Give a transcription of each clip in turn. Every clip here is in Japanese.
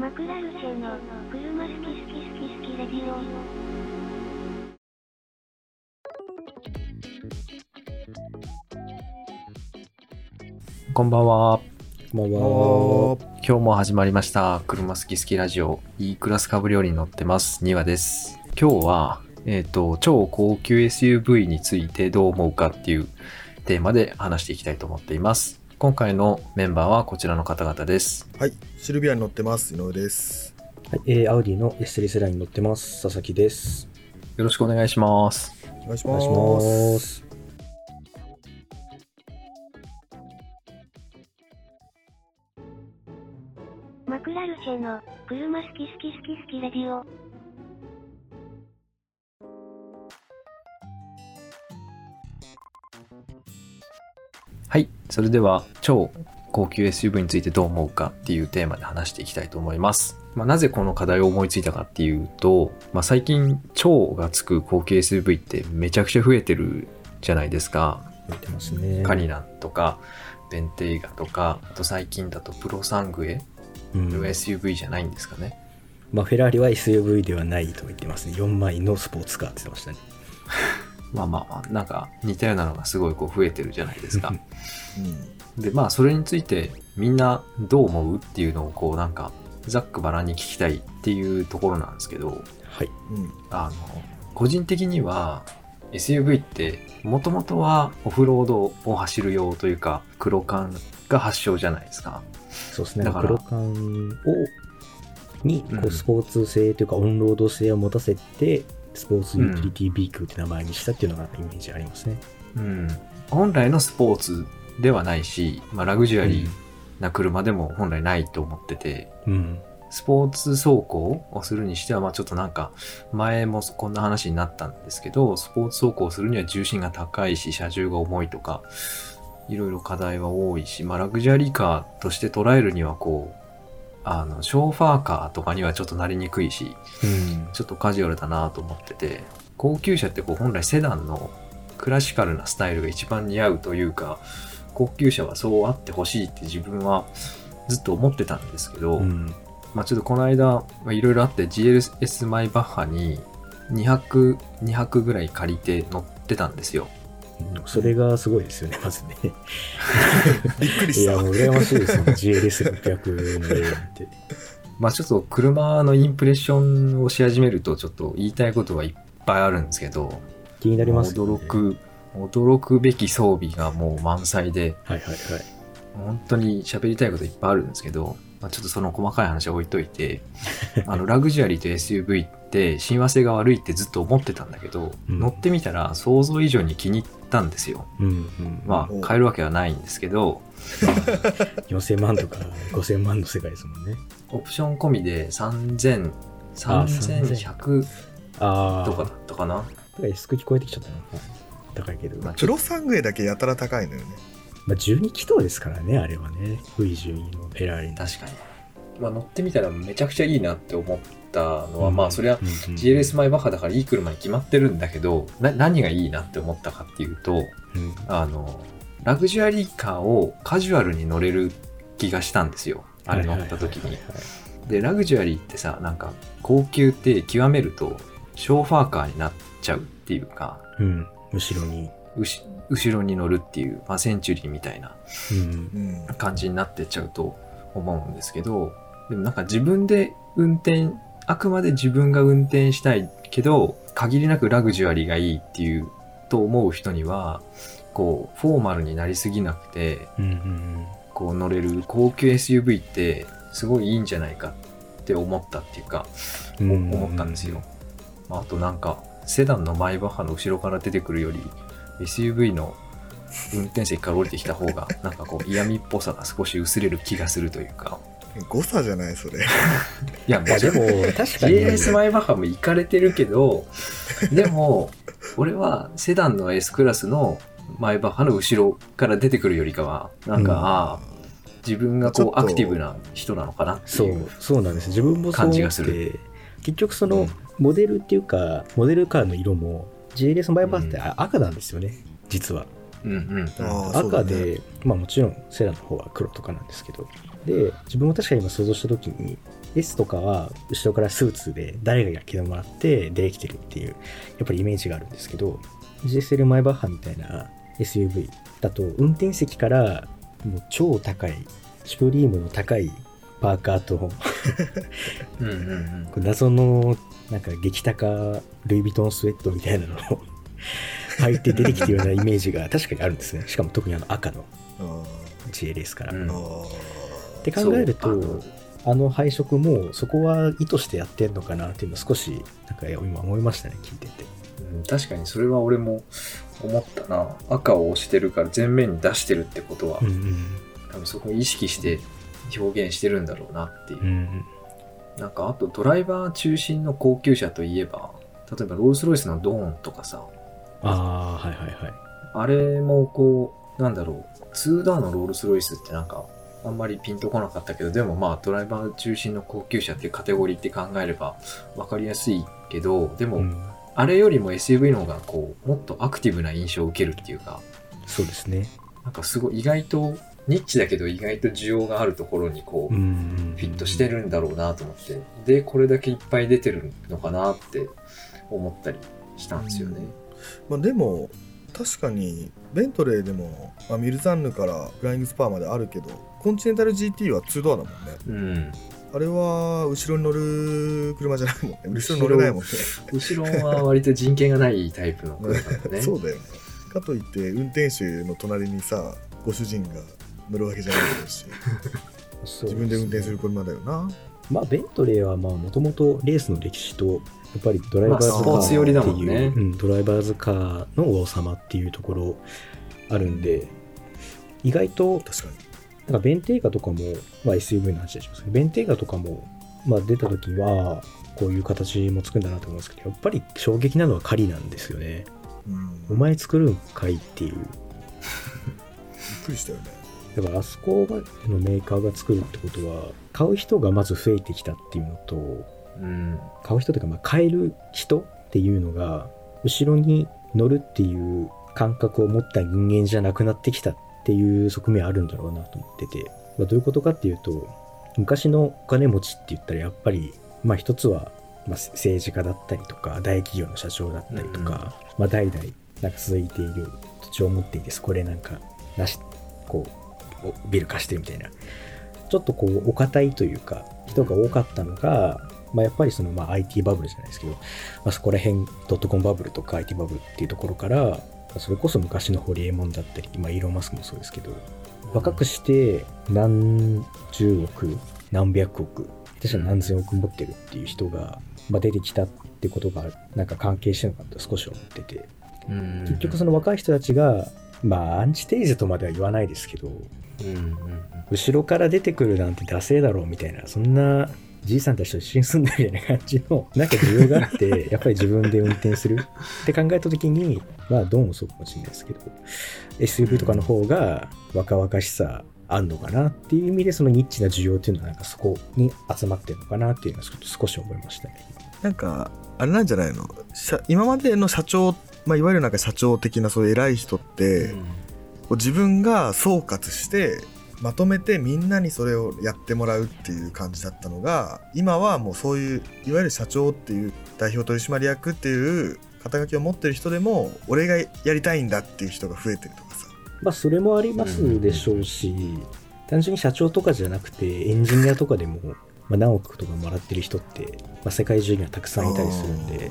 マクラルチェの車好き好き好き好きレディオ。 こんばんは。 こんばんは。 今日も始まりました車好き好きラジオ E クラスかぶりよりに乗ってます2話です。今日は超高級 SUV についてどう思うかっていうテーマで話していきたいと思っています。今回のメンバーはこちらの方々です。 はい、シルビアに乗ってます井上です。 はい、アウディの S3 セラに乗ってます佐々木です。 よろしくお願いします。 お願いしお願いしま。 ますす。 マクラルチェの車好き好き好き好きレディオ。 はい、それでは超高級 SUV についてどう思うかっていうテーマで話していきたいと思います。なぜこの課題を思いついたかっていうと、最近超がつく高級 SUV ってめちゃくちゃ増えてるじゃないですか。 増えてますね。 カリナンとかベンテーガとか、あと最近だとプロサングエ、SUV じゃないんですかね。 フェラーリは SUV ではないと言ってますね。4枚のスポーツカーって言ってましたね。 なんか似たようなのがすごい増えてるじゃないですか。でそれについてみんなどう思うっていうのをなんかざっくばらんに聞きたいっていうところなんですけど、 はい。 個人的には SUV ってもともとはオフロードを走る用というか黒缶が発祥じゃないですか。 そうですね。 だから黒缶にスポーツ性というかオンロード性を持たせて、スポーツユーティリティビークルって名前にしたっていうのがイメージありますね。 本来のスポーツではないし、ラグジュアリーな車でも本来ないと思ってて、スポーツ走行をするにしてはちょっとなんか前もこんな話になったんですけど、スポーツ走行をするには重心が高いし車重が重いとかいろいろ課題は多いし、ラグジュアリーカーとして捉えるにはショーファーカーとかにはちょっとなりにくいし、ちょっとカジュアルだなと思ってて、高級車って本来セダンのクラシカルなスタイルが一番似合うというか、高級車はそうあってほしいって自分はずっと思ってたんですけど、ちょっとこの間いろいろあって GLS マイバッハに2泊ぐらい借りて乗ってたんですよ。 それがすごいですよね、まずね。 びっくりした。 いや、もう羨ましいですよ、GLS600 の例なんて。 ちょっと車のインプレッションをし始めるとちょっと言いたいことはいっぱいあるんですけど、 気になりますよね。 驚くべき装備がもう満載で、本当に喋りたいこといっぱいあるんですけど、ちょっとその細かい話は置いといて、ラグジュアリーと SUV って親和性が悪いってずっと思ってたんだけど、乗ってみたら想像以上に気に入ったんですよ。買えるわけはないんですけど、 4000万とか5000万の世界ですもんね。 オプション込みで3100とかだったかな。 だから安く聞こえてきちゃったな。高いけど。 プロサングエだけやたら高いのよね。 12気筒ですからね、あれはね。V12 のフェラーリの。 確かに。乗ってみたらめちゃくちゃいいなって思ったのは、そりゃ GLS マイバッハだからいい車に決まってるんだけど、何がいいなって思ったかっていうと、ラグジュアリーカーをカジュアルに乗れる気がしたんですよ。あれ乗った時に。で、ラグジュアリーってさ、なんか高級って極めるとショーファーカーになっちゃうっていうか、 後ろに乗るっていう、センチュリーみたいな感じになってっちゃうと思うんですけど、でもなんかあくまで自分が運転したいけど限りなくラグジュアリーがいいっていうと思う人にはフォーマルになりすぎなくて、乗れる高級 SUV ってすごいいいんじゃないかって思ったっていうか、思ったんですよ。あとなんかセダンのマイバッハの後ろから出てくるより SUV の運転席から降りてきた方がなんか嫌味っぽさが少し薄れる気がするというか。 誤差じゃないそれ。 いやでも確かに GLS マイバッハもイカれてるけど、でも俺はセダンの S クラスのマイバッハの後ろから出てくるよりかはなんか、自分がアクティブな人なのかなっていうそうなんです。自分もそう思って、結局そのモデルっていうか、モデルカーの色も GLS マイバッハって赤なんですよね、実は。赤で、もちろんセダンの方は黒とかなんですけど、で自分も確かに今想像した時に S とかは後ろからスーツで誰がやってもらって出てきてるっていうやっぱりイメージがあるんですけど、 GSL マイバッハみたいな SUV だと運転席からもう超高いシュプリームの高いパーカーと謎のなんか激高ルイ・ヴィトンスウェットみたいなのを履いて出てきてるようなイメージが確かにあるんですね。しかも特に赤の GLS から、って考えると配色もそこは意図してやってんのかなっていうのを少しなんか今思いましたね、聞いてて。 確かにそれは俺も思ったな。赤を押してるから前面に出してるってことは、多分そこを意識して表現してるんだろうなっていう、なんかあとドライバー中心の高級車といえば、例えばロールスロイスのドーンとかさ、あれもこうなんだろう、2ダーのロールスロイスってなんかあんまりピンとこなかったけど、でもまあドライバー中心の高級車っていうカテゴリーって考えれば分かりやすいけど、でも、あれよりも SUV の方がこうもっとアクティブな印象を受けるっていうか、 そうですね。 なんかすごい意外とニッチだけど意外と需要があるところにこうフィットしてるんだろうなと思って、でこれだけいっぱい出てるのかなって思ったりしたんですよね。 まあ、でも確かにベントレーでも、ミルザンヌからフライングスパーまであるけど、コンチネンタル GT は2ドアだもんね。あれは後ろに乗る車じゃないもんね。後ろ乗れないもんね。 後ろは割と人権がないタイプの車だね。 そうだよね。かといって運転手の隣にさ、ご主人が乗るわけじゃないだろうし自分で運転する車だよな。 まあベントレーはもともとレースの歴史とやっぱりドライバーズカーっていう、ドライバーズカーの王様っていうところあるんで、意外と確かになんかベンテーガとかも、SUV の話でしますけど、ベンテーガとかも、出た時はこういう形もつくんだなと思うんですけど、やっぱり衝撃なのはカリなんですよね。お前作るんかいっていう。びっくりしたよね。 だからあそこのメーカーが作るってことは、買う人がまず増えてきたっていうのと、買う人というか買える人っていうのが後ろに乗るっていう感覚を持った人間じゃなくなってきたっていう側面あるんだろうなと思ってて、どういうことかっていうと、昔のお金持ちって言ったらやっぱり一つは政治家だったりとか大企業の社長だったりとか、代々なんか続いている土地を持っていて、そこでなんかこうビル貸してるみたいな、ちょっとこうお堅いというか人が多かったのが、やっぱりそのIT バブルじゃないですけど、そこら辺ドットコムバブルとか IT バブルっていうところから、それこそ昔のホリエモンだったり、イーロン・マスクもそうですけど、若くして何十億何百億私は何千億持ってるっていう人が、出てきたってことがなんか関係してるのかと少し思ってて、結局その若い人たちがアンチテーゼとまでは言わないですけど、後ろから出てくるなんてダセーだろうみたいな、そんなじいさんたちと一緒に住んでるみたいな感じのなんか需要があってやっぱり自分で運転するって考えた時に、どうもそうかもしれないですけど、 SUV とかの方が若々しさあんのかなっていう意味で、そのニッチな需要っていうのはなんかそこに集まってるのかなっていうのは少し思いましたね。 なんかあれなんじゃないの、今までの社長、いわゆるなんか社長的なそういう偉い人って、こう自分が総括してまとめてみんなにそれをやってもらうっていう感じだったのが、今はもうそういういわゆる社長っていう代表取締役っていう肩書きを持ってる人でも俺がやりたいんだっていう人が増えてるとかさ、 それもありますでしょうし、単純に社長とかじゃなくてエンジニアとかでも、何億とかもらってる人って、世界中にはたくさんいたりするんで、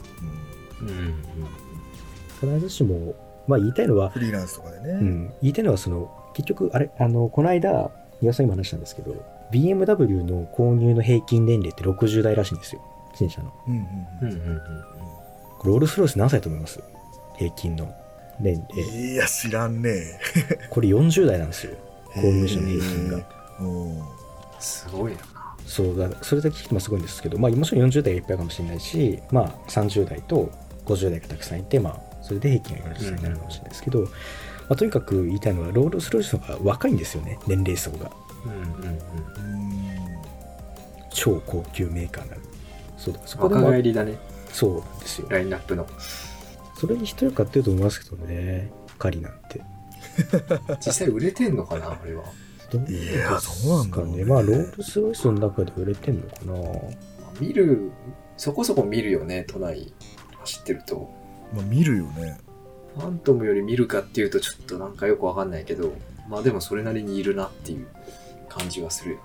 必ずしも、言いたいのはフリーランスとかでね、 言いたいのはその結局この間岩さん今話したんですけど、 BMW の購入の平均年齢って60代らしいんですよ、新車の。ロールスロイス何歳と思います？平均の年齢。 いや知らんねこれ40代なんですよ、購入者の平均が。 すごいな。 そうだ、それだけ聞くとすごいんですけど、もちろん40代がいっぱいかもしれないし、30代と50代がたくさんいて、それで平均が40歳になるかもしれないですけど、とにかく言いたいのはロールスロイスの方が若いんですよね、年齢層が。超高級メーカーになる。そうだ、そこで若返りだね。 そうなんですよ、 ラインナップの。 それに一人買ってると思いますけどね、カリなんて。 実際売れてんのかな、あれは。 どうなんだろうね。まあロールスロイスの中で売れてんのかな。 そこそこ見るよね、都内走ってると。 まあ見るよね。 ファントムより見るかっていうとちょっとなんかよくわかんないけど、まあでもそれなりにいるなっていう感じはするよ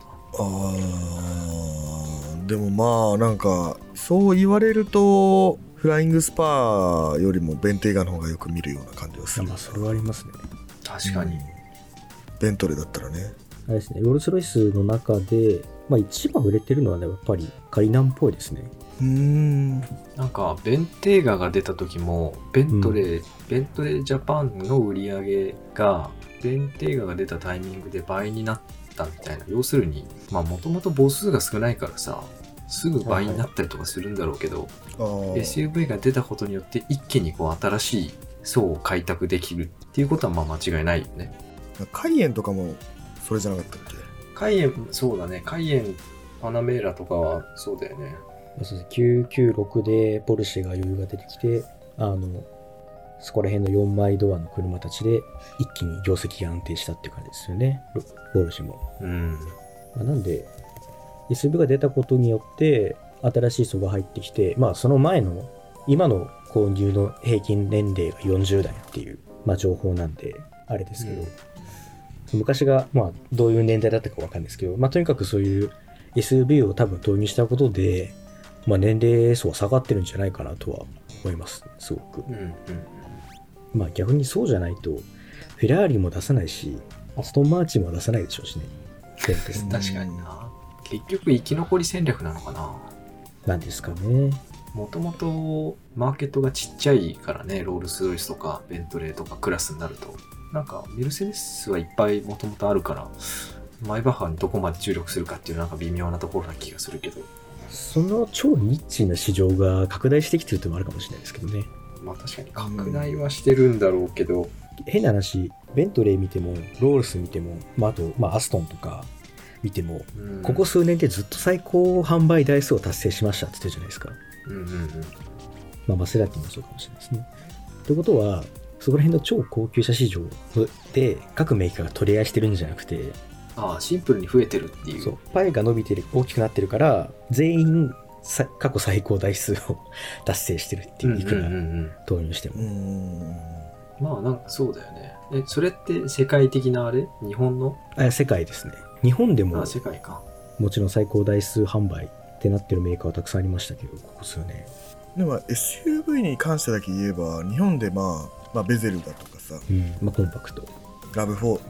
な。でもまあなんかそう言われるとフライングスパーよりもベンテーガの方がよく見るような感じはする。 まあそれはありますね。 確かに、 ベントレーだったらね。 あれですね、ロールスロイスの中で、まあ、一番売れてるのはね、やっぱりカリナンっぽいですね。 なんかベンテーガが出た時もベントレージャパンの売り上げがベンテーガが出たタイミングで倍になったみたいな。要するにまあもともと母数が少ないからさ、すぐ倍になったりとかするんだろうけど、SUV が出たことによって一気にこう新しい層を開拓できるっていうことはまあ間違いないよね。 カイエンとかもそれじゃなかったっけ？ カイエン、そうだね。カイエン、パナメーラとかはそうだよね。 そうです。996でポルシェが余裕が出てきて、そこら辺の4枚ドアの車たちで一気に業績が安定したっていう感じですよね。ポルシェも。まあ、なんで、SUV が出たことによって新しい層が入ってきて、まあその前の、今の購入の平均年齢が40代っていう、まあ情報なんで、あれですけど、昔がまあどういう年代だったかわかんないですけど、まあとにかくそういう SUV を多分投入したことで、まあ年齢層は下がってるんじゃないかなとは思います、すごく。まあ逆にそうじゃないと、フェラーリも出さないし、アストンマーチンも出さないでしょうしね。 確かにな。結局生き残り戦略なのかな。 なんですかね。 もともとマーケットがちっちゃいからね、ロールスロイスとかベントレーとかクラスになると。なんかメルセデスはいっぱいもともとあるから、マイバッハにどこまで注力するかっていうなんか微妙なところな気がするけど。 その超ニッチな市場が拡大してきてるってのもあるかもしれないですけどね。 まあ確かに拡大はしてるんだろうけど。 変な話、ベントレー見ても、ロールス見ても、まああと、まあアストンとか見ても、ここ数年でずっと最高販売台数を達成しましたって言ってるじゃないですか。まあマセラティもそうかもしれないですね。ということは、そこら辺の超高級車市場で各メーカーが取り合いしてるんじゃなくて、 シンプルに増えてるっていう。 そう、パイが伸びてる、大きくなってるから、全員過去最高台数を達成してるっていう、いくら投入しても。 まあなんかそうだよね。それって世界的なあれ？日本の？ 世界ですね。日本でも、 世界か。 もちろん最高台数販売ってなってるメーカーはたくさんありましたけど、ここ数年。 でも SUV に関してだけ言えば、日本でまあベゼルだとかさ、 まあコンパクト。 ラブ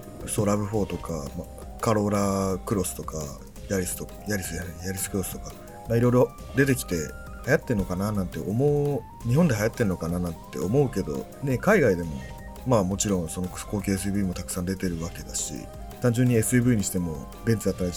4とか、カローラクロスとか、ヤリスクロスとか、いろいろ出てきて流行ってんのかななんて思う、日本で流行ってんのかななんて思うけど、ね、海外でもまあもちろんその高級 SUV もたくさん出てるわけだし、単純に SUV にしてもベンツだったら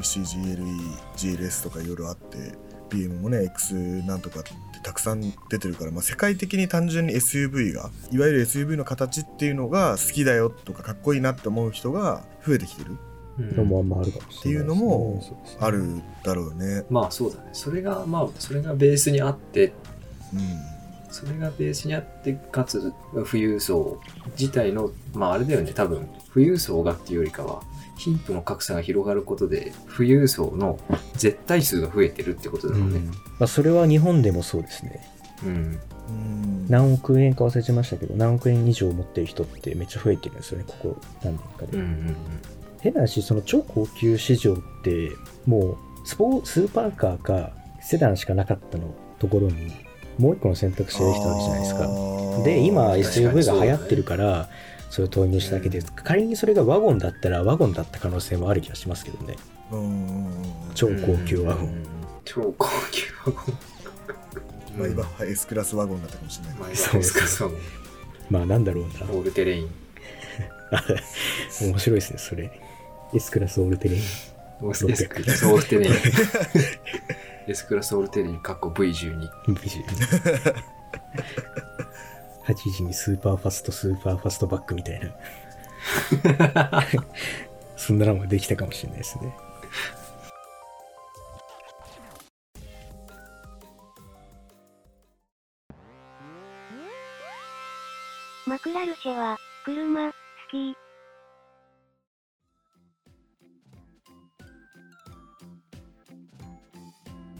GLC、GLE、GLS とかいろいろあって、BM もね X なんとかってたくさん出てるから、世界的に単純に SUV が、いわゆる SUV の形っていうのが好きだよとかかっこいいなって思う人が増えてきてるのもあんまあるかもしれないっていうのもあるだろうね。 まあそうだね。それがベースにあって、それがベースにあって、かつ富裕層自体のあれだよね。多分富裕層がっていうよりかは貧富の格差が広がることで富裕層の絶対数が増えてるってことだろうね。 それは日本でもそうですね。何億円か忘れちゃいましたけど、何億円以上持ってる人ってめっちゃ増えてるんですよね、ここ何年かで。変な話、その超高級市場ってもうスーパーカーかセダンしかなかったのところにもう一個の選択肢ができたわけじゃないですか。で、今 SUV が流行ってるからそれを投入しただけで、仮にそれがワゴンだったらワゴンだった可能性もある気がしますけどね。超高級ワゴン。 超高級ワゴン。 マイバッハ S クラスワゴンだったかもしれない。 マイバッハ S クラスワゴン。 なんだろうな。 オールテレイン。 面白いですね、それ。S クラスオールテレイン。 S クラスオールテレイン。S クラスオールテレイン、V12。 8時にスーパーファストバックみたいな。そんなのもできたかもしれないですね。 マクラルシェは、車、好き。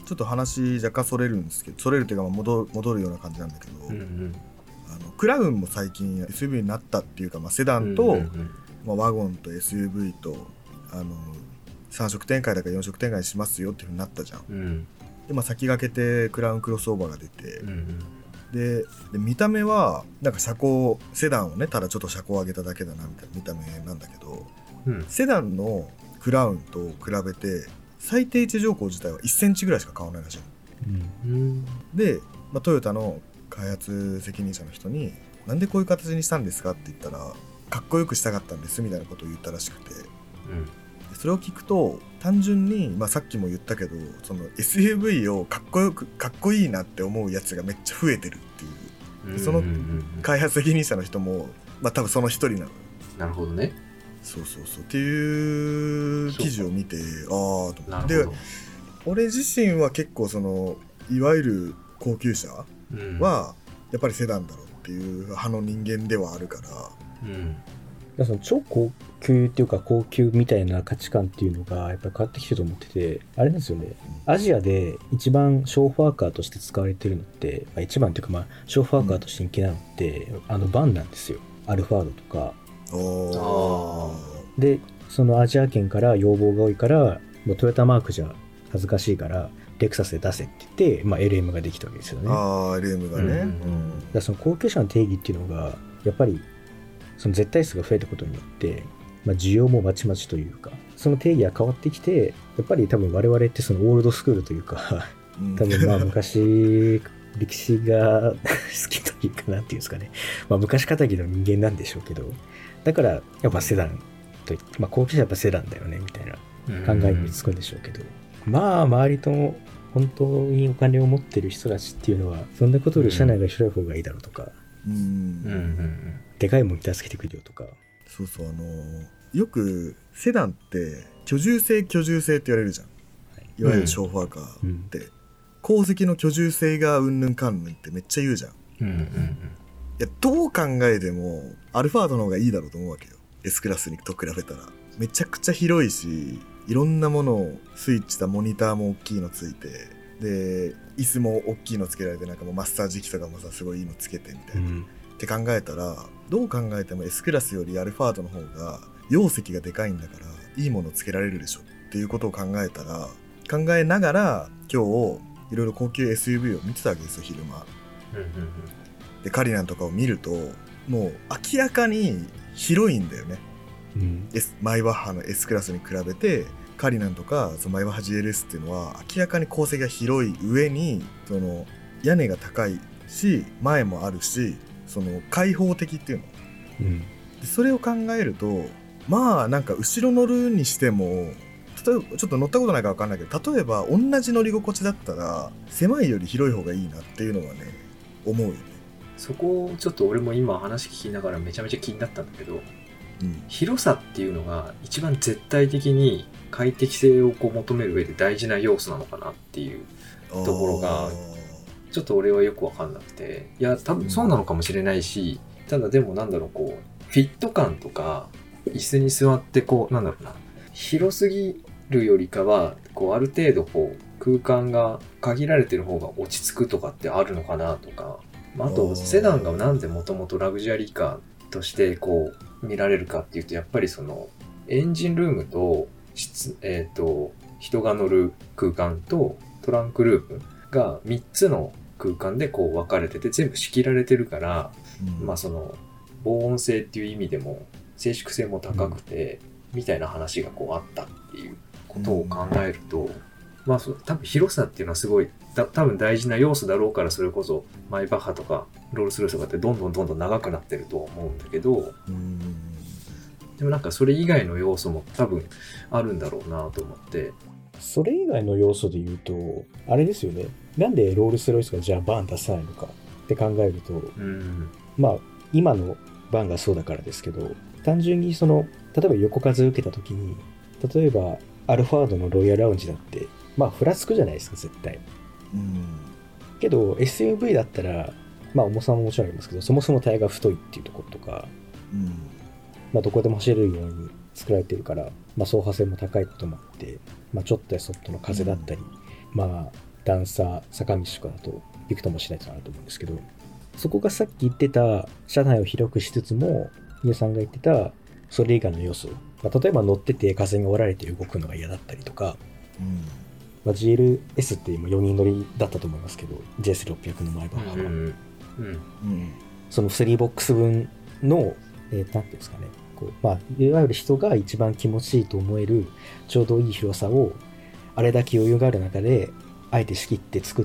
ちょっと話若干それるんですけど、それるっていうか戻るような感じなんだけど、クラウンも最近 SUV になったっていうか、セダンと、ワゴンと SUV と3色展開だから4色展開にしますよっていう風になったじゃん、で、先駆けてクラウンクロスオーバーが出て、で見た目はなんか車高セダンをね、ただちょっと車高を上げただけだなみたいな見た目なんだけど、セダンのクラウンと比べて最低地上高自体は1センチぐらいしか変わらないらしい、で、トヨタの開発責任者の人になんでこういう形にしたんですかって言ったら、かっこよくしたかったんですみたいなことを言ったらしくて、それを聞くと単純に、さっきも言ったけど、その SUV をかっこいいなって思うやつがめっちゃ増えてるっていう、その開発責任者の人も、多分その一人なの。 なるほどね。 そうっていう記事を見て、と思って、で俺自身は結構そのいわゆる高級車はやっぱりセダンだろうっていう派の人間ではあるから、 その超高級っていうか高級みたいな価値観っていうのがやっぱり変わってきてると思ってて、あれなんですよね、アジアで一番ショーファーカーとして使われてるのって、一番っていうかショーファーカーとして人気なのって、バンなんですよ。アルファードとかで、そのアジア圏から要望が多いから、もうトヨタマークじゃ恥ずかしいからレクサスで出せって言って、LM ができたわけですよね。 LM がね、だからその高級車の定義っていうのがやっぱりその絶対数が増えたことによって、需要もまちまちというか、その定義が変わってきて、やっぱり多分我々ってそのオールドスクールというか、多分昔歴史が好きというか、なんていうんですかね、昔かたぎの人間なんでしょうけど、だからやっぱセダンと、高級車はやっぱセダンだよねみたいな考えにつくんでしょうけど、周りと本当にお金を持ってる人たちっていうのは、そんなことより車内が広い方がいいだろうとか、でかいもん助けてくるよとか。 よくセダンって居住性って言われるじゃん、いわゆるショーファーカーって、後席の居住性がうんぬんかんぬんってめっちゃ言うじゃん、いやどう考えてもアルファードの方がいいだろうと思うわけよ。 S クラスにと比べたらめちゃくちゃ広いし、いろんなものをスイッチしたモニターも大きいのついて、で椅子も大きいのつけられて、なんかもうマッサージ機とかもさすごいいいのつけてみたいな、って考えたら、どう考えても S クラスよりアルファードの方が容積がでかいんだからいいものつけられるでしょっていうことを考えながら今日いろいろ高級 SUV を見てたわけですよ、昼間。でカリナンとかを見るともう明らかに広いんだよね、マイバッハの S クラスに比べてカリナンとかそのマイバッハ GLS っていうのは明らかに構成が広い上に、その屋根が高いし前もあるし、その開放的っていうの、でそれを考えると、なんか後ろ乗るにしても、例えばちょっと乗ったことないから分かんないけど、例えば同じ乗り心地だったら狭いより広い方がいいなっていうのはね、思うよね。 そこをちょっと俺も今話聞きながらめちゃめちゃ気になったんだけど、広さっていうのが一番絶対的に快適性を求める上で大事な要素なのかなっていうところがちょっと俺はよく分かんなくて、いや多分そうなのかもしれないし、ただでもフィット感とか椅子に座って広すぎるよりかはある程度空間が限られてる方が落ち着くとかってあるのかなとか、あとセダンがなんでもともとラグジュアリーカーとして見られるかっていうと、やっぱりそのエンジンルームと人が乗る空間とトランクルームが3つの空間で分かれてて全部仕切られてるから、その防音性っていう意味でも静粛性も高くて、みたいな話があったっていうことを考えると、多分広さっていうのはすごい多分大事な要素だろうから、それこそマイバッハとかロールスロイスとかってどんどん長くなってると思うんだけど、でもなんかそれ以外の要素も多分あるんだろうなと思って。 それ以外の要素で言うとあれですよね、なんでロールスロイスがじゃあバン出さないのかって考えると、今のバンがそうだからですけど、単純にその例えば横風を受けた時に、例えばアルファードのロイヤルラウンジだってふらつくじゃないですか絶対。けど SUV だったら重さももちろんありますけど、そもそもタイヤが太いっていうところとか、どこでも走れるように作られてるから、走破性も高いこともあって、ちょっとやそっとの風だったり、 段差坂道とかだとびくともしないかなと思うんですけど、そこがさっき言ってた車内を広くしつつも、皆さんが言ってたそれ以外の要素、例えば乗ってて風が折られて動くのが嫌だったりとか、GLS って今4人乗りだったと思いますけど、 JS600 の前バッハは、その3ボックス分のなんていうんですかね、こういわゆる人が一番気持ちいいと思えるちょうどいい広さをあれだけ余裕がある中であえて仕切って作って、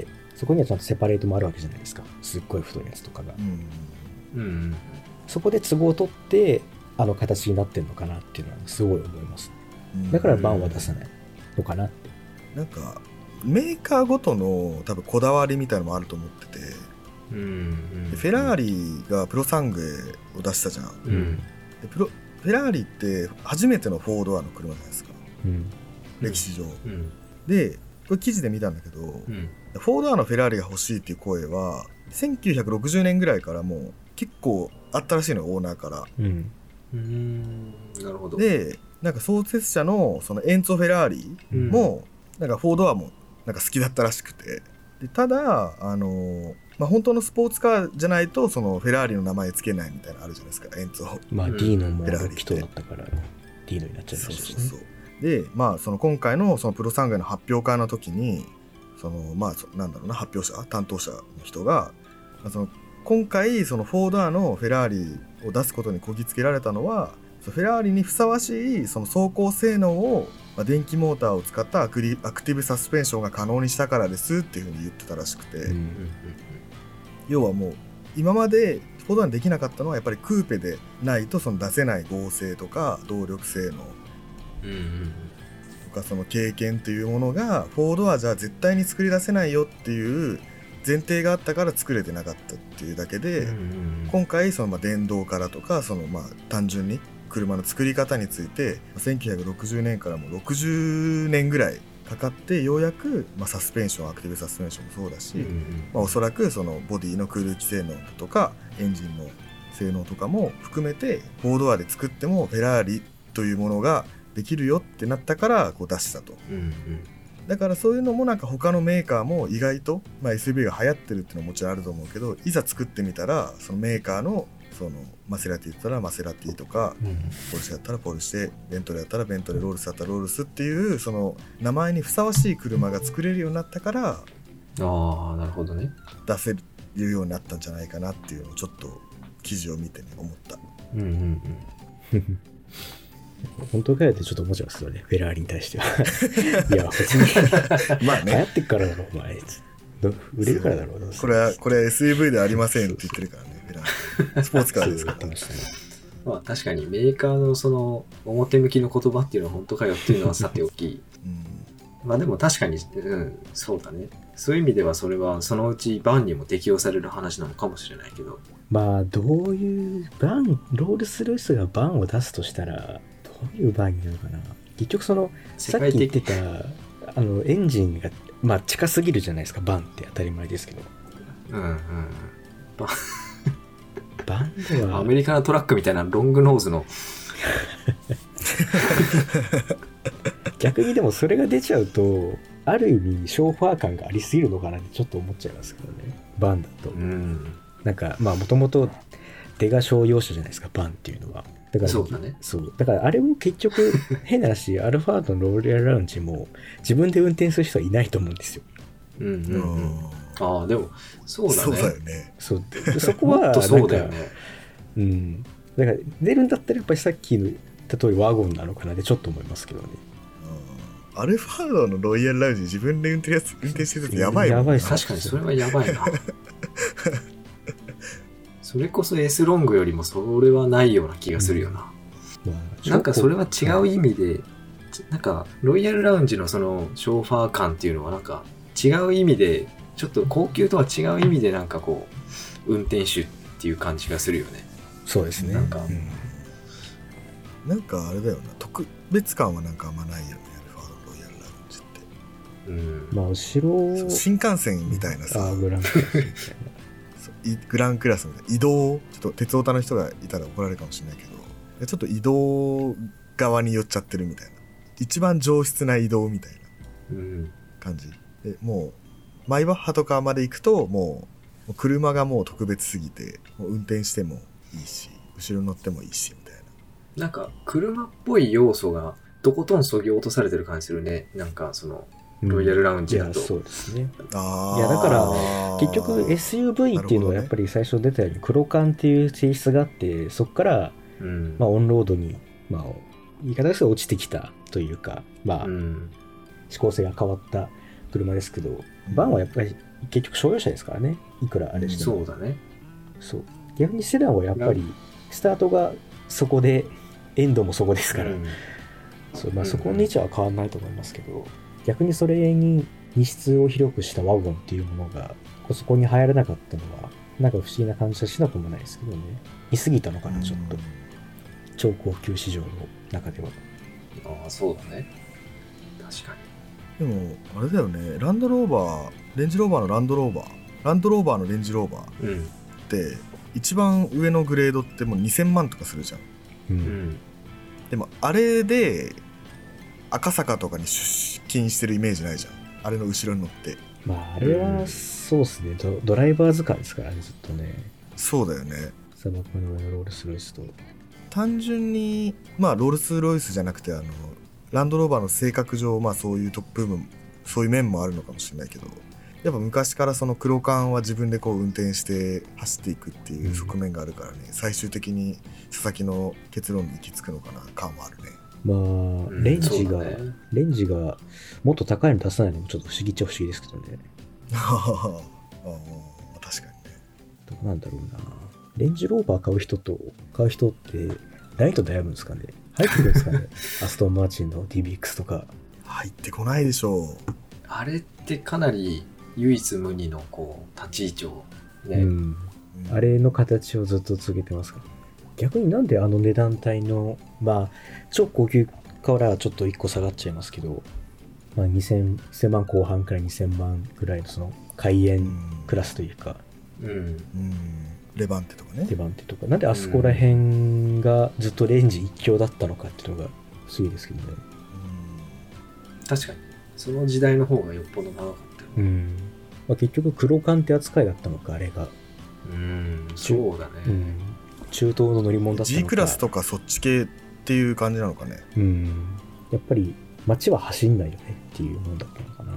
そこにはちゃんとセパレートもあるわけじゃないですか、すっごい太いやつとかが、そこで都合を取ってあの形になってるのかなっていうのはすごい思います、だからバンは出さないのかなって。 なんかメーカーごとの多分こだわりみたいなのもあると思ってて、フェラーリがプロサングを出したじゃん、でフェラーリって初めての4ドアの車じゃないですか、歴史上、でこれ記事で見たんだけど、4ドアのフェラーリが欲しいっていう声は1960年ぐらいからもう結構あったらしいの、オーナーから、 なるほど。 でなんか創設者のそのエンツォ・フェラーリも、なんか4ドアもなんか好きだったらしくて、でただ本当のスポーツカーじゃないとそのフェラーリの名前つけないみたいなのあるじゃないですか、エンツォ。 ディーノも6気筒だったからディーノになっちゃいましたしね。 でその今回のそのプロサングの発表会の時にそのなんだろうな、発表者担当者の人が、その今回その4ドアのフェラーリを出すことにこぎつけられたのは、フェラーリにふさわしいその走行性能を電気モーターを使ったアクティブサスペンションが可能にしたからですっていうふうに言ってたらしくて、要はもう今まで4ドアにできなかったのはやっぱりクーペでないとその出せない剛性とか動力性能とかその経験っていうものが4ドアじゃ絶対に作り出せないよっていう前提があったから作れてなかったっていうだけで、今回その電動からとかその単純に車の作り方について1960年からもう60年ぐらいかかってようやくサスペンション、アクティブサスペンションもそうだし、おそらくそのボディの空気性能とかエンジンの性能とかも含めて4ドアで作ってもフェラーリというものができるよってなったからこう出したと、だからそういうのもなんか他のメーカーも意外と、SUV が流行ってるっていうのはもちろんあると思うけど、いざ作ってみたらそのメーカーのそのマセラティだったらマセラティとか、ポルシェだったらポルシェ、ベントレーだったらベントレー、ロールスだったらロールスっていうその名前にふさわしい車が作れるようになったから、 なるほどね、 出せるようになったんじゃないかなっていうのをちょっと記事を見て思った。 本当かよってちょっと思っちゃいますよね、フェラーリに対しては。いや別に流行ってっからだろお前、売れるからだろう。 これは SUV ではありませんって言ってるからね、フェラーリスポーツカーですから。 確かにメーカーのその表向きの言葉っていうのは本当かよっていうのはさておき、でも確かに、そうだね、そういう意味ではそれはそのうちバンにも適用される話なのかもしれないけど、 どういうバン、ロールスロイスがバンを出すとしたらどういうバンになるかな。結局そのさっき言ってたエンジンが近すぎるじゃないですか、バンって当たり前ですけど、バンではアメリカのトラックみたいなロングノーズの逆にでもそれが出ちゃうとある意味ショーファー感がありすぎるのかなってちょっと思っちゃいますけどね、バンだと。なんかもともと出が商用車じゃないですか、バンっていうのは。だからそうだね。 だからあれも結局変な話、アルファードのローヤルラウンジも自分で運転する人はいないと思うんですよ。 でもそうだね。 そうだよね。 そこはもっとそうだよね。 だから出るんだったらやっぱりさっきの例えばワゴンなのかなってちょっと思いますけどね。 アルファードのロイヤルラウンジ自分で運転してるやつやばいもん。 やばい。 確かにそれはやばいな。それこそ S ロングよりもそれはないような気がするよな。なんかそれは違う意味で、なんかロイヤルラウンジのそのショーファー感っていうのはなんか違う意味で、ちょっと高級とは違う意味でなんかこう運転手っていう感じがするよね。 そうですね。 なんかあれだよな、特別感はなんかあんまないよね、アルファードのロイヤルラウンジって。 後ろ新幹線みたいなさ、 グランクラスみたいなグランクラスみたいな移動、ちょっと鉄オタの人がいたら怒られるかもしれないけど、ちょっと移動側に寄っちゃってるみたいな、一番上質な移動みたいな感じ。 もうマイバッハとかまで行くともう車がもう特別すぎて、もう運転してもいいし後ろ乗ってもいいしみたいな、 なんか車っぽい要素がとことんそぎ落とされてる感じするね。なんかそのロイヤルラウンジだと、 いやそうですね。いあやだから結局 SUV っていうのはやっぱり最初出たように黒缶っていう性質があって、そこから、まあ、オンロードに、まあ、言い方ですと落ちてきたというか、まあ指向性が変わった車ですけど、バンはやっぱり結局商用車ですからね、いくらあれしても。 そうだね。 そう。逆にセダンはやっぱりスタートがそこでエンドもそこですから、そう、まあ、そこの位置は変わらないと思いますけど、逆にそれに荷室を広くしたワゴンっていうものがそこに入らなかったのはなんか不思議な感じはしなくもないですけどね。見過ぎたのかな、ちょっと超高級市場の中では。 ああそうだね、確かに。でもあれだよね、ランドローバー、レンジローバーのランドローバーのレンジローバーって一番上のグレードってもう2000万とかするじゃん、でもあれで赤坂とかに出勤してるイメージないじゃん、あれの後ろに乗って。 まああれはそうですね、ドライバーズカーですからね、ずっとね。 そうだよね。 砂漠の上のロールスロイスと単純にまあロールスロイスじゃなくてランドローバーの性格上、まあそういう部分、そういう面もあるのかもしれないけど、やっぱ昔からその黒缶は自分でこう運転して走っていくっていう側面があるからね、最終的に佐々木の結論に行き着くのかな感はあるね。 まあレンジがもっと高いの出さないのもちょっと不思議っちゃ不思議ですけどね。 ああ確かにね。 どうなんだろうな。レンジローバー買う人ってライト悩むんですかね。入ってくるんですかね。アストンマーチンの DBX とか入ってこないでしょう。 あれってかなり唯一無二のこう立ち位置をね、 あれの形をずっと続けてますから。逆になんであの値段帯の、まあ超高級からはちょっと1個下がっちゃいますけど、まあ、1000万後半から2000万ぐらいのその開園クラスというか、 レバンテとかね。 レバンテとか、なんであそこら辺がずっとレンジ一強だったのかっていうのが不思議ですけどね。 確かにその時代の方がよっぽど長かったよね。 まあ、結局黒缶って扱いだったのか、あれが。 そうだね。 中東の乗り物だったのか。 G クラスとかそっち系っていう感じなのかね。 やっぱり街は走んないよねっていうものだったのかな。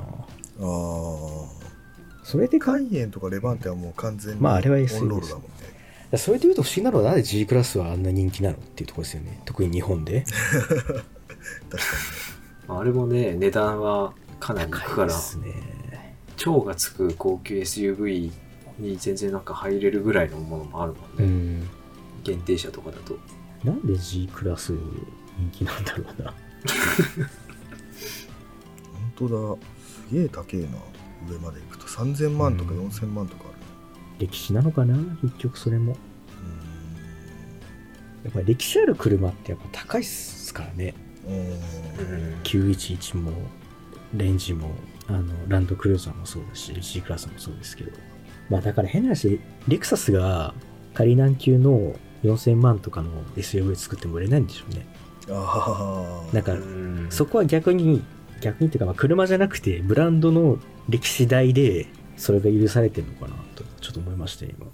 それでカイエンとかレバンテはもう完全にまああれは SUV だもんね。それでいうと不思議なのはなんで G クラスはあんな人気なのっていうところですよね。特に日本で。 確かに。あれもね値段はかなりいくから。超がつく高級 SUV に全然なんか入れるぐらいのものもあるもんね。限定車とかだと。 なんで G クラス人気なんだろうな。 本当だ、すげえ高えな。上まで行くと3000万とか4000万とかある。 歴史なのかな、結局それも。やっぱり歴史ある車ってやっぱ高いっすからね。911もレンジもランドクルーザーもそうだし G クラスもそうですけど、まあだから変な話、レクサスが仮難級の4000万とかの SUV 作っても売れないんでしょうね。なんかそこは逆にっていうか、まあ車じゃなくてブランドの歴史代でそれが許されてるのかなとちょっと思いました今。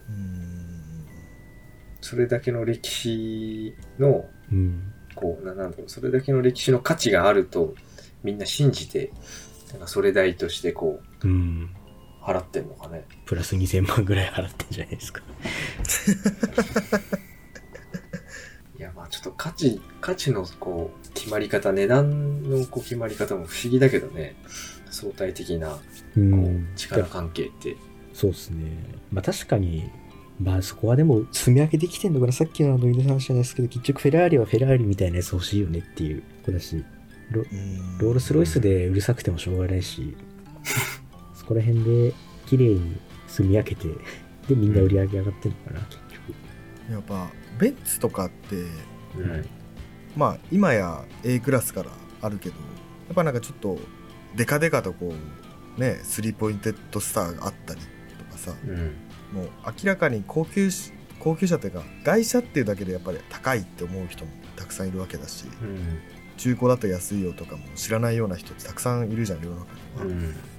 それだけの歴史の、こうなんだろう、それだけの歴史の価値があるとみんな信じて、なんかそれ代としてこう、払ってんのかね。 プラス2000万ぐらい払ってんじゃないですか。 いやまあちょっと価値のこう決まり方、値段のこう決まり方も不思議だけどね。相対的なこう力関係って。 そうですね。まあ確かに。まあそこはでも積み上げてきてんのかな。さっきの井出さんの話じゃないですけど、結局フェラーリはフェラーリみたいなやつ欲しいよねっていうことだし、ロールスロイスでうるさくてもしょうがないし、そこら辺で綺麗に積み上げて、でみんな売り上げ上がってんのかな、結局。 やっぱベンツとかって、まあ今や A クラスからあるけど、やっぱなんかちょっとデカデカとこうね、スリーポインテッドスターがあったりとかさ、もう明らかに高級車っていうか外車っていうだけでやっぱり高いって思う人もたくさんいるわけだし、中古だと安いよとかも知らないような人ってたくさんいるじゃん、世の中には。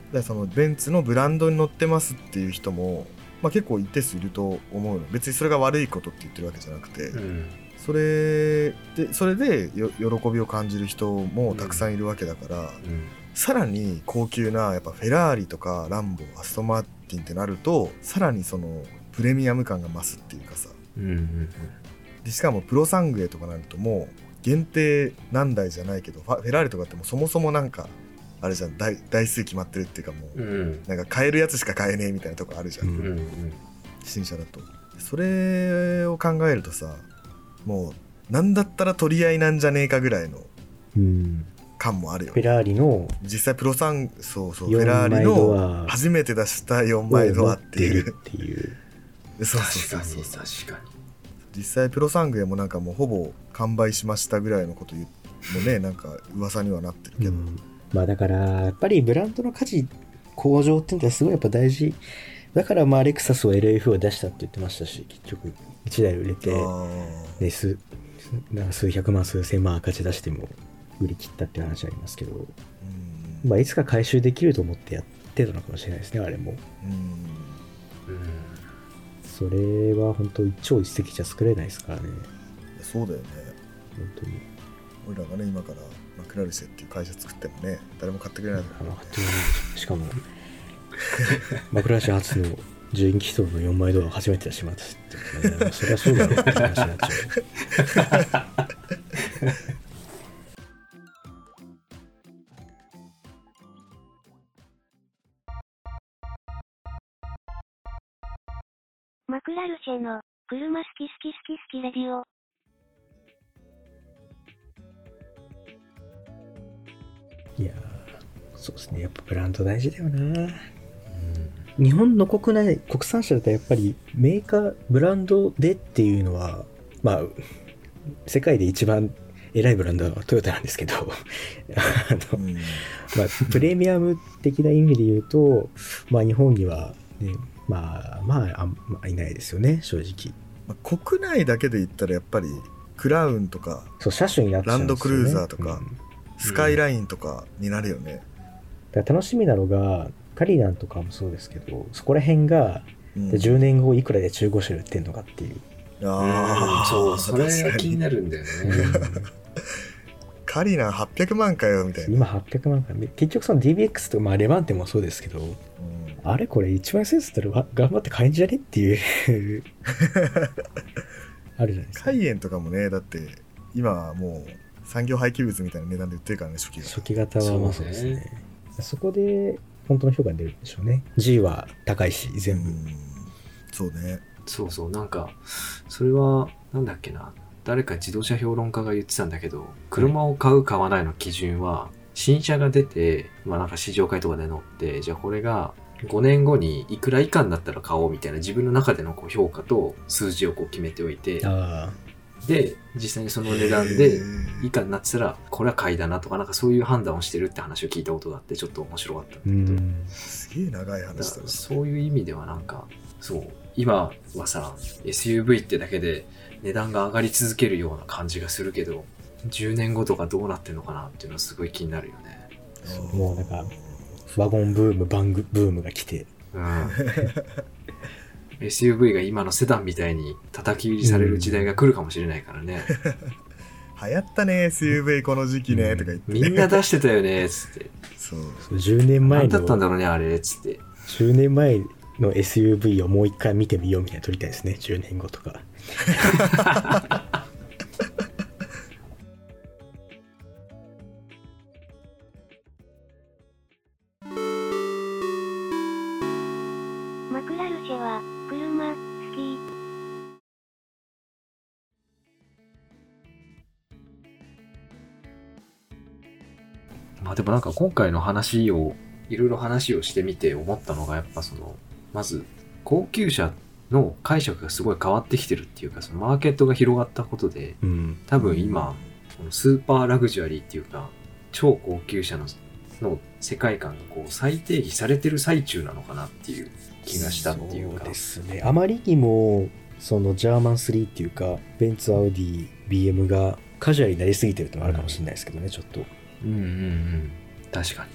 でそのベンツのブランドに乗ってますっていう人も、まあ、結構一定数いると思うの。別にそれが悪いことって言ってるわけじゃなくて、それで喜びを感じる人もたくさんいるわけだから、さらに高級なやっぱフェラーリとかランボアストンマーティンってなると、さらにそのプレミアム感が増すっていうかさ、でしかもプロサングエとかなるともう限定何台じゃないけど、フェラーリとかってもうそもそもなんかあれじゃん、台数決まってるっていうか、もうなんか買えるやつしか買えねえみたいなとこあるじゃん、新車だと。それを考えるとさ、もうなんだったら取り合いなんじゃねえかぐらいの感もあるよ、 フェラーリの実際プロサンフェラーリの初めて出した4枚ドアっていうそう確かに実際プロサングエもなんかもうほぼ完売しましたぐらいのこともね、なんか噂にはなってるけど、 まあだからやっぱりブランドの価値向上っていうのはすごいやっぱ大事だから、まあレクサスは LF を出したって言ってましたし、結局1台売れて、ね、数百万数千万赤字出しても売り切ったっていう話ありますけど、まあいつか回収できると思ってやってたのかもしれないですね、あれも。それは本当一朝一夕じゃ作れないですからね。 そうだよね、 本当に。 俺らがね今からマクラルシェっていう会社作ってもね、誰も買ってくれないから。 しかもマクラルシェ初の純気筒の4枚ドアを初めて出しましたって、ね、そりゃそうだろうって話になっちゃう。 マクラルシェの車好き好きレディオ。 いやそうですね、やっぱブランド大事だよな。日本の国産車だとやっぱりメーカーブランドでっていうのは、まあ世界で一番偉いブランドはトヨタなんですけどまあ、プレミアム的な意味で言うと、まあ、日本には、ね、まあいないですよね、正直。 国内だけで言ったらやっぱりクラウンとかそう車種になっちゃうんですよね、 ランドクルーザーとか、スカイラインとかになるよね。 だから楽しみなのがカリナンとかもそうですけど、そこら辺が、10年後いくらで中古車売ってんのかっていう。 そう、それが気になるんだよね。 カリナン800万かよみたいな。 今800万か。結局その DBX とか、まあレバンテもそうですけど、あれこれ一番安いやつだったら頑張って買えんじゃねっていうあるじゃないですか。 カイエンとかもね、だって今はもう産業廃棄物みたいな値段で売ってるからね、初期型は。まあそうですね。そこで本当の評価が出るんでしょうね。G は高いし全部。 そうね。 そうなんかそれはなんだっけな、誰か自動車評論家が言ってたんだけど、車を買う買わないの基準は新車が出て、まあなんか試乗会とかで乗って、じゃあこれが5年後にいくら以下になったら買おうみたいな自分の中でのこう評価と数字をこう決めておいて、で実際にその値段で以下になってたらこれは買いだなとか、なんかそういう判断をしてるって話を聞いたことがあって、ちょっと面白かったんだけど、 すげえ長い話だな。 そういう意味ではなんかそう今はさ SUV ってだけで値段が上がり続けるような感じがするけど、10年後とかどうなってんのかなっていうのはすごい気になるよね。 もうなんかワゴンブームバングブームが来て、 SUV が今のセダンみたいに叩き売りされる時代が来るかもしれないからね。 流行ったね SUV この時期ね、とか言って、 みんな出してたよねつって。 そう 10年前の何だったんだろうねあれつって。 10年前の SUV をもう一回見てみようみたいな撮りたいですね、10年後とか。 マクラルシェは車好き。 まあでもなんか今回の話をいろいろ話をしてみて思ったのが、やっぱそのまず高級車の解釈がすごい変わってきてるっていうか、そのマーケットが広がったことで、多分今このスーパーラグジュアリーっていうか超高級車の世界観がこう再定義されてる最中なのかなっていう気がしたっていうか。 そうですね。あまりにもそのジャーマン3っていうかベンツ、アウディ、BM がカジュアルになりすぎてるってのがあるかもしれないですけどね、ちょっと。 確かに。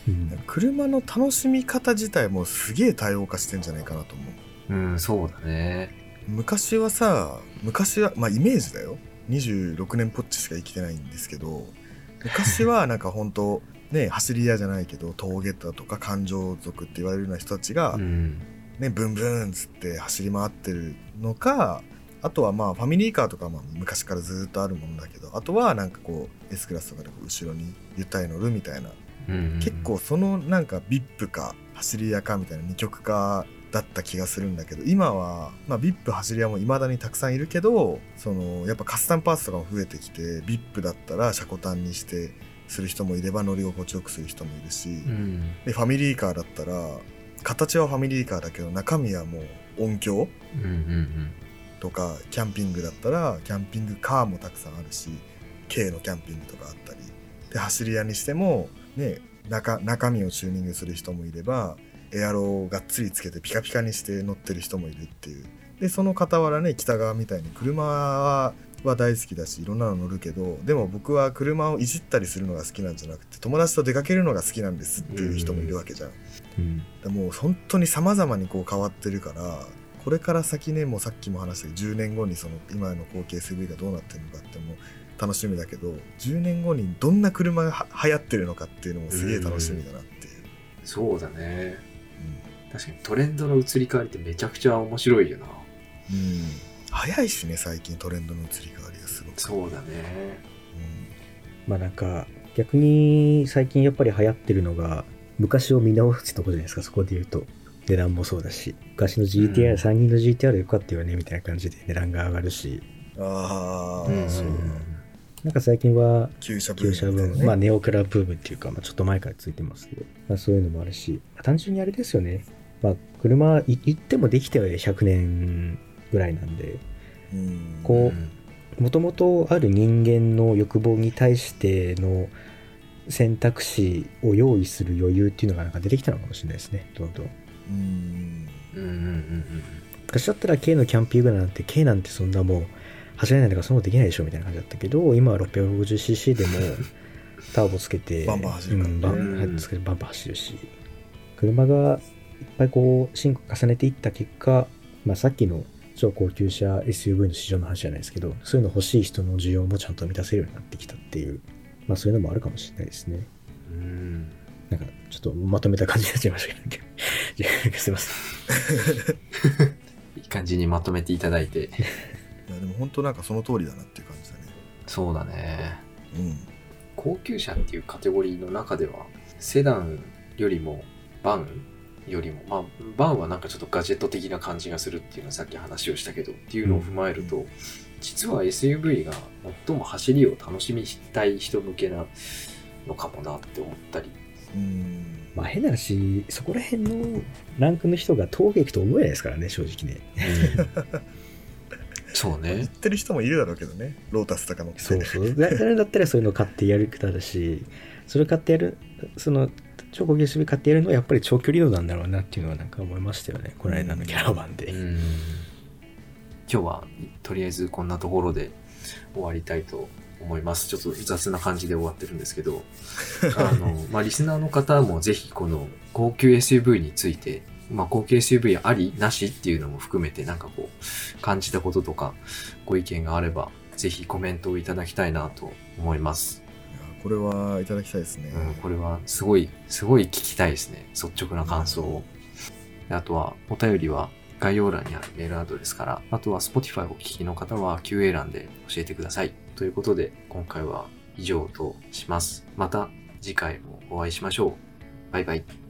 車の楽しみ方自体もすげえ多様化してんじゃないかなと思う。 うん、そうだね。 昔はまあイメージだよ、26年ぽっちしか生きてないんですけど、昔はなんか本当ね、走り屋じゃないけど峠だとか感情族って言われるような人たちが、ね、ブンブンっつって走り回ってるのか、あとはまあファミリーカーとかまあ昔からずっとあるものだけど、あとはなんかこう S クラスとかで後ろにゆったり乗るみたいな、結構そのなんか VIP か走り屋かみたいな二極化だった気がするんだけど、今はまあ VIP 走り屋も未だにたくさんいるけど、そのやっぱカスタムパーツとかも増えてきて、 VIP だったら車庫端にしてする人もいれば乗り心地よくする人もいるし、でファミリーカーだったら形はファミリーカーだけど中身はもう音響とか、キャンピングだったらキャンピングカーもたくさんあるし、軽のキャンピングとかあったりで、走り屋にしてもね、中身をチューニングする人もいれば、エアロをがっつりつけてピカピカにして乗ってる人もいるっていう。でその傍らね、北川みたいに車は大好きだしいろんなの乗るけど、でも僕は車をいじったりするのが好きなんじゃなくて、友達と出かけるのが好きなんですっていう人もいるわけじゃん。でもう本当に様々にこう変わってるから、これから先ね、もうさっきも話したけど10年後にその今の後継 SUV がどうなってるのかっても楽しみだけど、10年後にどんな車が流行ってるのかっていうのもすげえ楽しみだなっていう。 そうだね、確かにトレンドの移り変わりってめちゃくちゃ面白いよな。 早いしね、最近トレンドの移り変わりがすごく。 そうだね、 まあなんか逆に最近やっぱり流行ってるのが昔を見直すってとこじゃないですか。そこで言うと値段もそうだし、昔の GTR、3人の GTR でよかったよねみたいな感じで値段が上がるし、そうなんか最近は旧車ブーム、まあネオクラブームっていうか、まあ、ちょっと前からついてますけど、まあ、そういうのもあるし、単純にあれですよね、まあ車言ってもできては100年ぐらいなんで、こうもともとある人間の欲望に対しての選択肢を用意する余裕っていうのがなんか出てきたのかもしれないですね、どんどん。昔だったら K のキャンピングなんて K なんてそんなもう走れないとかそんなことできないでしょみたいな感じだったけど、今は 650cc でもターボつけてバンバン走るから、 バンバン走るし、車がいっぱいこう進化重ねていった結果、まあ、さっきの超高級車 SUV の市場の話じゃないですけど、そういうの欲しい人の需要もちゃんと満たせるようになってきたっていう、まあそういうのもあるかもしれないですね。なんかちょっとまとめた感じになっちゃいましたけどすいませんいい感じにまとめていただいていやでも本当なんかその通りだなっていう感じだね。 そうだね、高級車っていうカテゴリーの中ではセダンよりもバンよりも、まあバンはなんかちょっとガジェット的な感じがするっていうのはさっき話をしたけどっていうのを踏まえると、実は SUV が最も走りを楽しみたい人向けなのかもなって思ったり、 まあ変な話、そこら辺のランクの人が峠行くと思えないですからね、正直ね。 そうね。 言ってる人もいるだろうけどね、ロータスとかの。 そうだったらそういうの買ってやる方だし、それ買ってやる、その超高級 SUV 買ってやるのはやっぱり長距離度なんだろうなっていうのはなんか思いましたよね、この間のキャラバンで。 今日はとりあえずこんなところで終わりたいと思います。ちょっと雑な感じで終わってるんですけどまあリスナーの方もぜひこの高級 SUV について、まあ高級 SUV ありなしっていうのも含めてなんかこう感じたこととかご意見があればぜひコメントをいただきたいなと思います。 いやこれはいただきたいですね。 これはすごい聞きたいですね、率直な感想を。あとはお便りは概要欄にあるメールアドレスから、あとは Spotify をお聞きの方は QA 欄で教えてください。ということで今回は以上とします。また次回もお会いしましょう。バイバイ。